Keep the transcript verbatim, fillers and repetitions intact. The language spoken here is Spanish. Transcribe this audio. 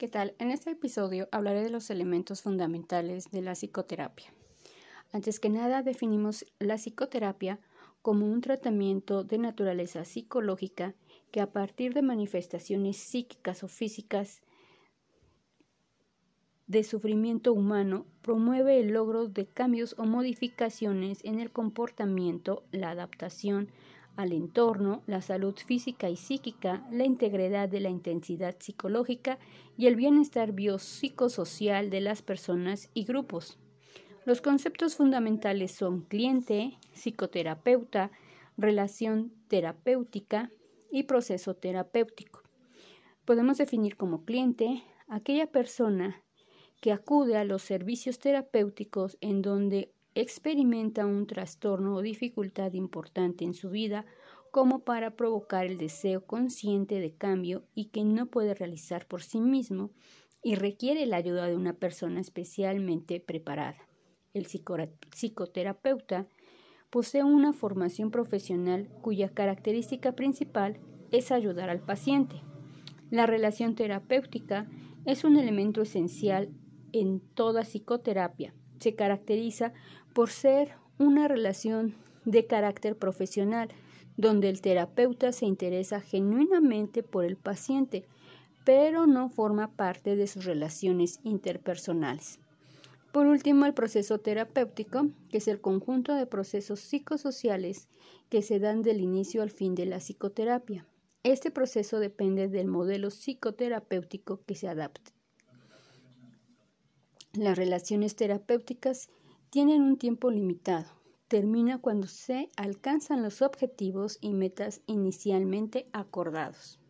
¿Qué tal? En este episodio hablaré de los elementos fundamentales de la psicoterapia. Antes que nada, definimos la psicoterapia como un tratamiento de naturaleza psicológica que a partir de manifestaciones psíquicas o físicas de sufrimiento humano promueve el logro de cambios o modificaciones en el comportamiento, la adaptación al entorno, la salud física y psíquica, la integridad de la intensidad psicológica y el bienestar biopsicosocial de las personas y grupos. Los conceptos fundamentales son cliente, psicoterapeuta, relación terapéutica y proceso terapéutico. Podemos definir como cliente aquella persona que acude a los servicios terapéuticos en donde experimenta un trastorno o dificultad importante en su vida como para provocar el deseo consciente de cambio y que no puede realizar por sí mismo y requiere la ayuda de una persona especialmente preparada. El psicoterapeuta posee una formación profesional cuya característica principal es ayudar al paciente. La relación terapéutica es un elemento esencial en toda psicoterapia. Se caracteriza por ser una relación de carácter profesional, donde el terapeuta se interesa genuinamente por el paciente, pero no forma parte de sus relaciones interpersonales. Por último, el proceso terapéutico, que es el conjunto de procesos psicosociales que se dan del inicio al fin de la psicoterapia. Este proceso depende del modelo psicoterapéutico que se adapte. Las relaciones terapéuticas tienen un tiempo limitado. Termina cuando se alcanzan los objetivos y metas inicialmente acordados.